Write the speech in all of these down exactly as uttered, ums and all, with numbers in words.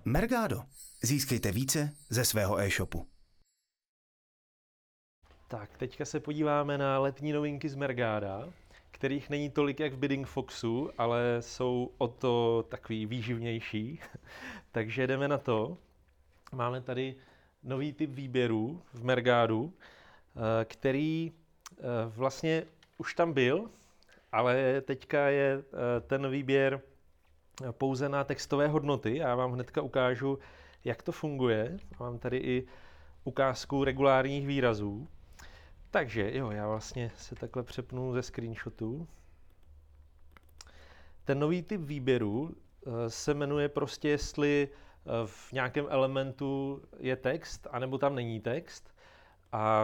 Mergado. Získejte více ze svého e-shopu. Tak, teďka se podíváme na letní novinky z Mergada, kterých není tolik jak v Bidding Foxu, ale jsou o to takový výživnější. Takže jdeme na to. Máme tady nový typ výběrů v Mergadu, který vlastně už tam byl, ale teďka je ten výběr pouze na textové hodnoty. Já vám hnedka ukážu, jak to funguje. Mám tady i ukázku regulárních výrazů. Takže jo, já vlastně se takhle přepnu ze screenshotu. Ten nový typ výběru se jmenuje prostě, jestli v nějakém elementu je text, anebo tam není text. A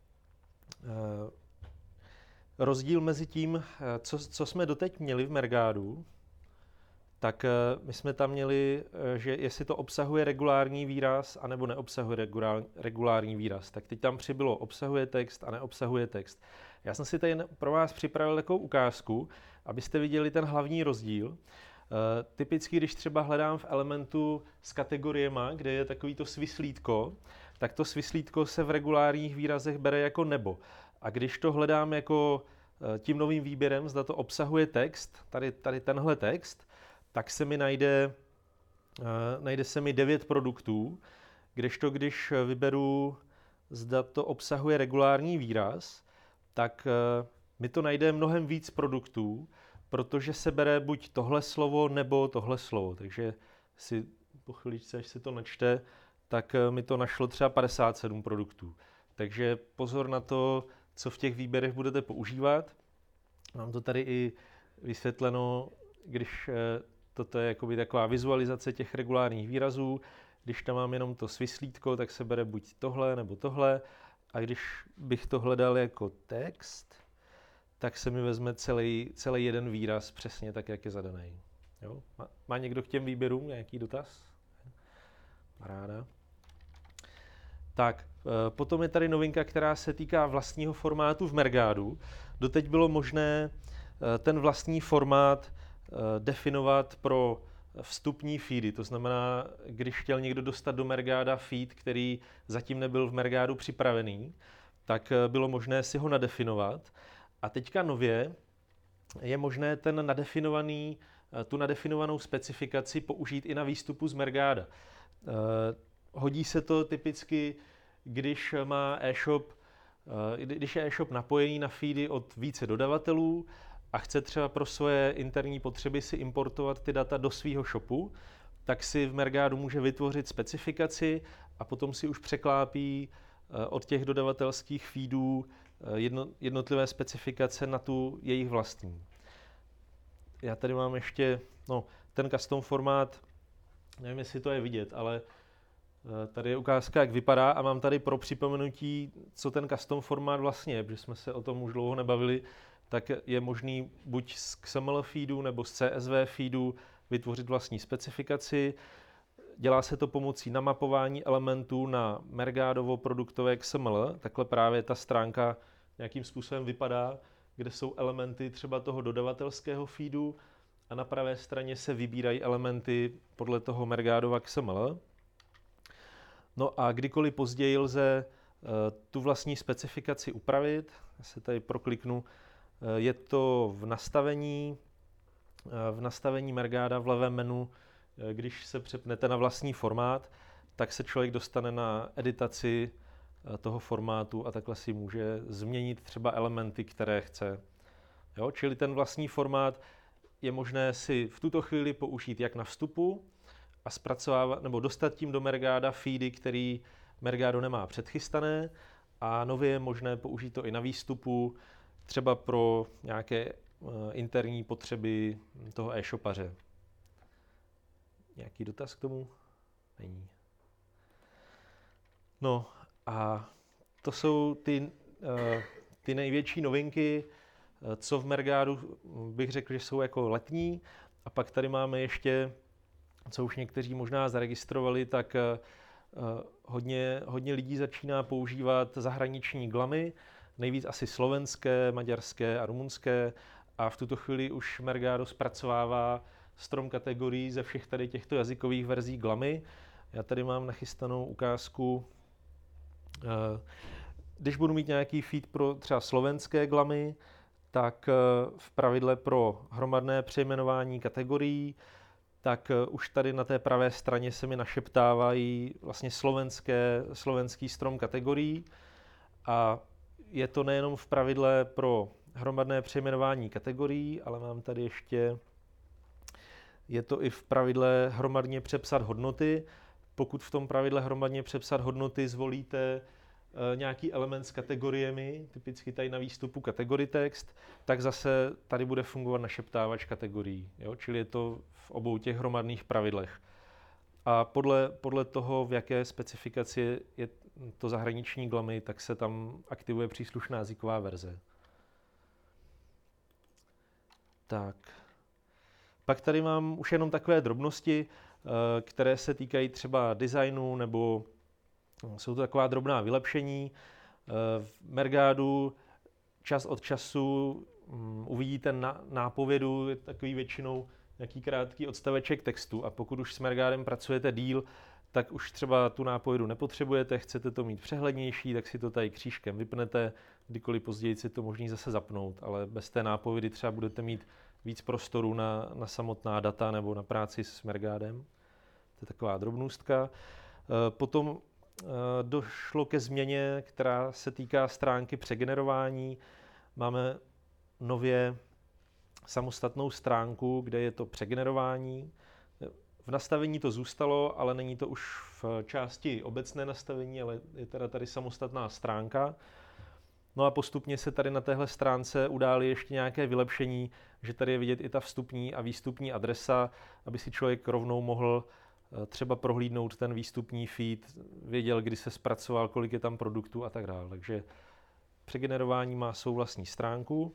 rozdíl mezi tím, co, co jsme doteď měli v Mergadu, tak my jsme tam měli, že jestli to obsahuje regulární výraz, anebo neobsahuje regulár, regulární výraz. Tak teď tam přibylo obsahuje text a neobsahuje text. Já jsem si tady pro vás připravil takovou ukázku, abyste viděli ten hlavní rozdíl. Typicky, když třeba hledám v elementu s kategoriema, kde je takovýto svislítko, tak to svislítko se v regulárních výrazech bere jako nebo. A když to hledám jako tím novým výběrem, zda to obsahuje text, tady, tady tenhle text, tak se mi najde, najde se mi devět produktů, kdežto když vyberu, zda to obsahuje regulární výraz, tak mi to najde mnohem víc produktů, protože se bere buď tohle slovo, nebo tohle slovo. Takže si po chvíličce, až se to načte, tak mi to našlo třeba padesát sedm produktů. Takže pozor na to, co v těch výběrech budete používat. Mám to tady i vysvětleno, když toto je jakoby taková vizualizace těch regulárních výrazů. Když tam mám jenom to svislítko, tak se bere buď tohle nebo tohle. A když bych to hledal jako text, tak se mi vezme celý, celý jeden výraz přesně tak, jak je zadaný. Jo? Má, má někdo k těm výběrům nějaký dotaz? Paráda. Tak, potom je tady novinka, která se týká vlastního formátu v Mergadu. Doteď bylo možné ten vlastní formát definovat pro vstupní feedy. To znamená, když chtěl někdo dostat do Mergada feed, který zatím nebyl v Mergadu připravený, tak bylo možné si ho nadefinovat. A teďka nově je možné ten nadefinovaný, tu nadefinovanou specifikaci použít i na výstupu z Mergada. Hodí se to typicky, když má e-shop, když je e-shop napojený na feedy od více dodavatelů a chce třeba pro svoje interní potřeby si importovat ty data do svého shopu, tak si v Mergadu může vytvořit specifikaci a potom si už překlápí od těch dodavatelských feedů jednotlivé specifikace na tu jejich vlastní. Já tady mám ještě, no, ten custom formát, nevím, jestli to je vidět, ale tady je ukázka, jak vypadá a mám tady pro připomenutí, co ten custom formát vlastně je, protože jsme se o tom už dlouho nebavili, tak je možný buď z X M L feedu nebo z C S V feedu vytvořit vlastní specifikaci. Dělá se to pomocí namapování elementů na Mergadovo produktové X M L. Takhle právě ta stránka nějakým způsobem vypadá, kde jsou elementy třeba toho dodavatelského feedu a na pravé straně se vybírají elementy podle toho Mergadova X M L. No a kdykoliv později lze tu vlastní specifikaci upravit. Já se tady prokliknu. Je to v nastavení, v nastavení Mergada v levém menu, když se přepnete na vlastní formát, tak se člověk dostane na editaci toho formátu a takhle si může změnit třeba elementy, které chce. Jo? Čili ten vlastní formát je možné si v tuto chvíli použít jak na vstupu a zpracovávat, nebo dostat tím do Mergada feedy, který Mergado nemá předchystané, a nově je možné použít to i na výstupu, třeba pro nějaké uh, interní potřeby toho e-shopaře. Nějaký dotaz k tomu? Není. No a to jsou ty, uh, ty největší novinky, uh, co v Mergadu bych řekl, že jsou jako letní. A pak tady máme ještě, co už někteří možná zaregistrovali, tak uh, hodně, hodně lidí začíná používat zahraniční glamy, nejvíc asi slovenské, maďarské a rumunské, a v tuto chvíli už Mergado zpracovává strom kategorií ze všech tady těchto jazykových verzí glamy. Já tady mám nachystanou ukázku. Když budu mít nějaký feed pro třeba slovenské glamy, tak v pravidle pro hromadné přejmenování kategorií, tak už tady na té pravé straně se mi našeptávají vlastně slovenské, slovenský strom kategorií. A je to nejenom v pravidle pro hromadné přejmenování kategorií, ale mám tady ještě, je to i v pravidle hromadně přepsat hodnoty. Pokud v tom pravidle hromadně přepsat hodnoty zvolíte nějaký element s kategoriemi, typicky tady na výstupu kategory text, tak zase tady bude fungovat našeptávač kategorií. Jo? Čili je to v obou těch hromadných pravidlech. A podle, podle toho, v jaké specifikaci je to zahraniční glamy, tak se tam aktivuje příslušná jazyková verze. Tak. Pak tady mám už jenom takové drobnosti, které se týkají třeba designu, nebo jsou to taková drobná vylepšení. V Mergádu čas od času uvidíte na nápovědu, je takový většinou nějaký krátký odstaveček textu, a pokud už s Mergádem pracujete díl, tak už třeba tu nápovědu nepotřebujete, chcete to mít přehlednější, tak si to tady křížkem vypnete, kdykoliv později si to možný zase zapnout, ale bez té nápovědy třeba budete mít víc prostoru na, na samotná data nebo na práci s Mergádem. To je taková drobnůstka. Potom došlo ke změně, která se týká stránky přegenerování. Máme nově samostatnou stránku, kde je to přegenerování. V nastavení to zůstalo, ale není to už v části obecné nastavení, ale je teda tady samostatná stránka. No a postupně se tady na téhle stránce udály ještě nějaké vylepšení, že tady je vidět i ta vstupní a výstupní adresa, aby si člověk rovnou mohl třeba prohlídnout ten výstupní feed, věděl, kdy se zpracoval, kolik je tam produktů a tak dále. Takže přegenerování má svou vlastní stránku.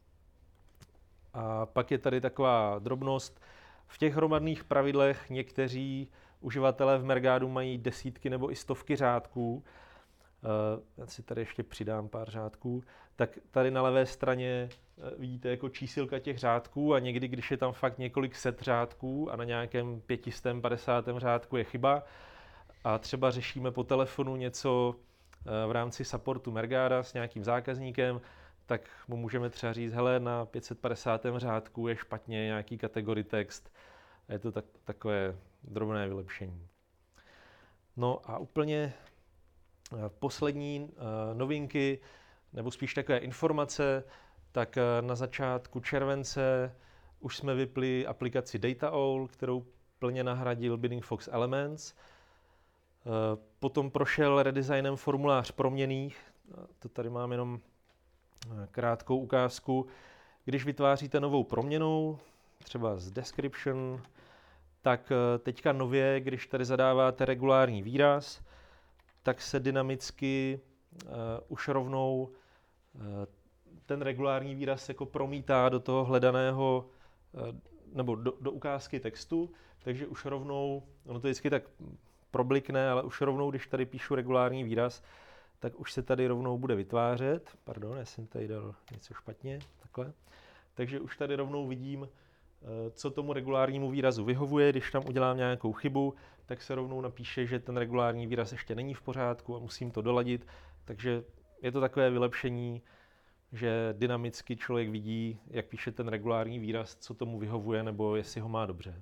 A pak je tady taková drobnost. V těch hromadných pravidlech někteří uživatelé v Mergádu mají desítky nebo i stovky řádků. Já si tady ještě přidám pár řádků. Tak tady na levé straně vidíte jako čísilka těch řádků a někdy, když je tam fakt několik set řádků a na nějakém pětistem padesátém řádku je chyba a třeba řešíme po telefonu něco v rámci supportu Mergáda s nějakým zákazníkem, tak mu můžeme třeba říct, hele, na pět set padesátém řádku je špatně nějaký kategorii text. A je to tak, takové drobné vylepšení. No a úplně poslední novinky, nebo spíš takové informace, tak na začátku července už jsme vypli aplikaci DataOwl, kterou plně nahradil Bidding Fox Elements. Potom prošel redesignem formulář proměnných, to tady mám jenom krátkou ukázku. Když vytváříte novou proměnu, třeba z description, tak teďka nově, když tady zadáváte regulární výraz, tak se dynamicky uh, už rovnou uh, ten regulární výraz jako promítá do toho hledaného, uh, nebo do, do ukázky textu, takže už rovnou, ono to vždycky tak problikne, ale už rovnou, když tady píšu regulární výraz, tak už se tady rovnou bude vytvářet. Pardon, já jsem tady dal něco špatně, takhle. Takže už tady rovnou vidím, co tomu regulárnímu výrazu vyhovuje. Když tam udělám nějakou chybu, tak se rovnou napíše, že ten regulární výraz ještě není v pořádku a musím to doladit. Takže je to takové vylepšení, že dynamicky člověk vidí, jak píše ten regulární výraz, co tomu vyhovuje, nebo jestli ho má dobře.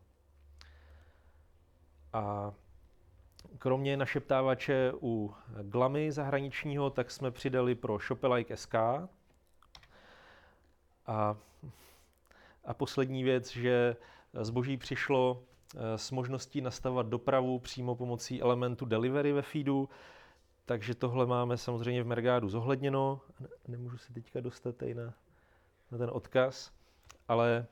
A kromě našeptávače u glamy zahraničního, tak jsme přidali pro Shopelike S K. A, a poslední věc, že zboží přišlo s možností nastavovat dopravu přímo pomocí elementu delivery ve feedu, takže tohle máme samozřejmě v Mergádu zohledněno. Nemůžu se teďka dostat tady na, na ten odkaz, ale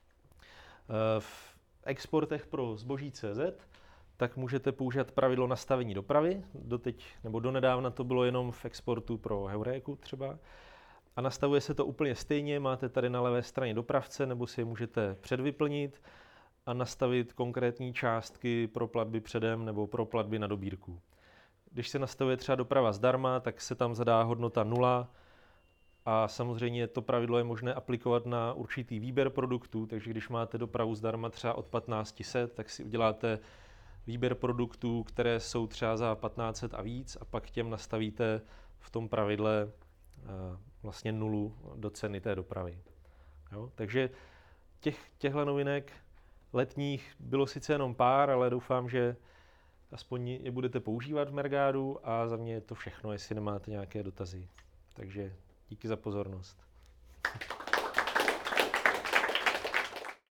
v exportech pro zboží tečka cé zet tak můžete použít pravidlo nastavení dopravy. Doteď, nebo donedávna to bylo jenom v exportu pro Heuréku třeba. A nastavuje se to úplně stejně, máte tady na levé straně dopravce, nebo si je můžete předvyplnit a nastavit konkrétní částky pro platby předem nebo pro platby na dobírku. Když se nastavuje třeba doprava zdarma, tak se tam zadá hodnota nula A samozřejmě to pravidlo je možné aplikovat na určitý výběr produktů, takže když máte dopravu zdarma třeba od patnáct set, tak si uděláte výběr produktů, které jsou třeba za patnáct set a víc, a pak těm nastavíte v tom pravidle vlastně nulu do ceny té dopravy. Jo? Takže těch, těchto novinek letních bylo sice jenom pár, ale doufám, že aspoň je budete používat v Mergádu, a za mě je to všechno, jestli nemáte nějaké dotazy. Takže díky za pozornost.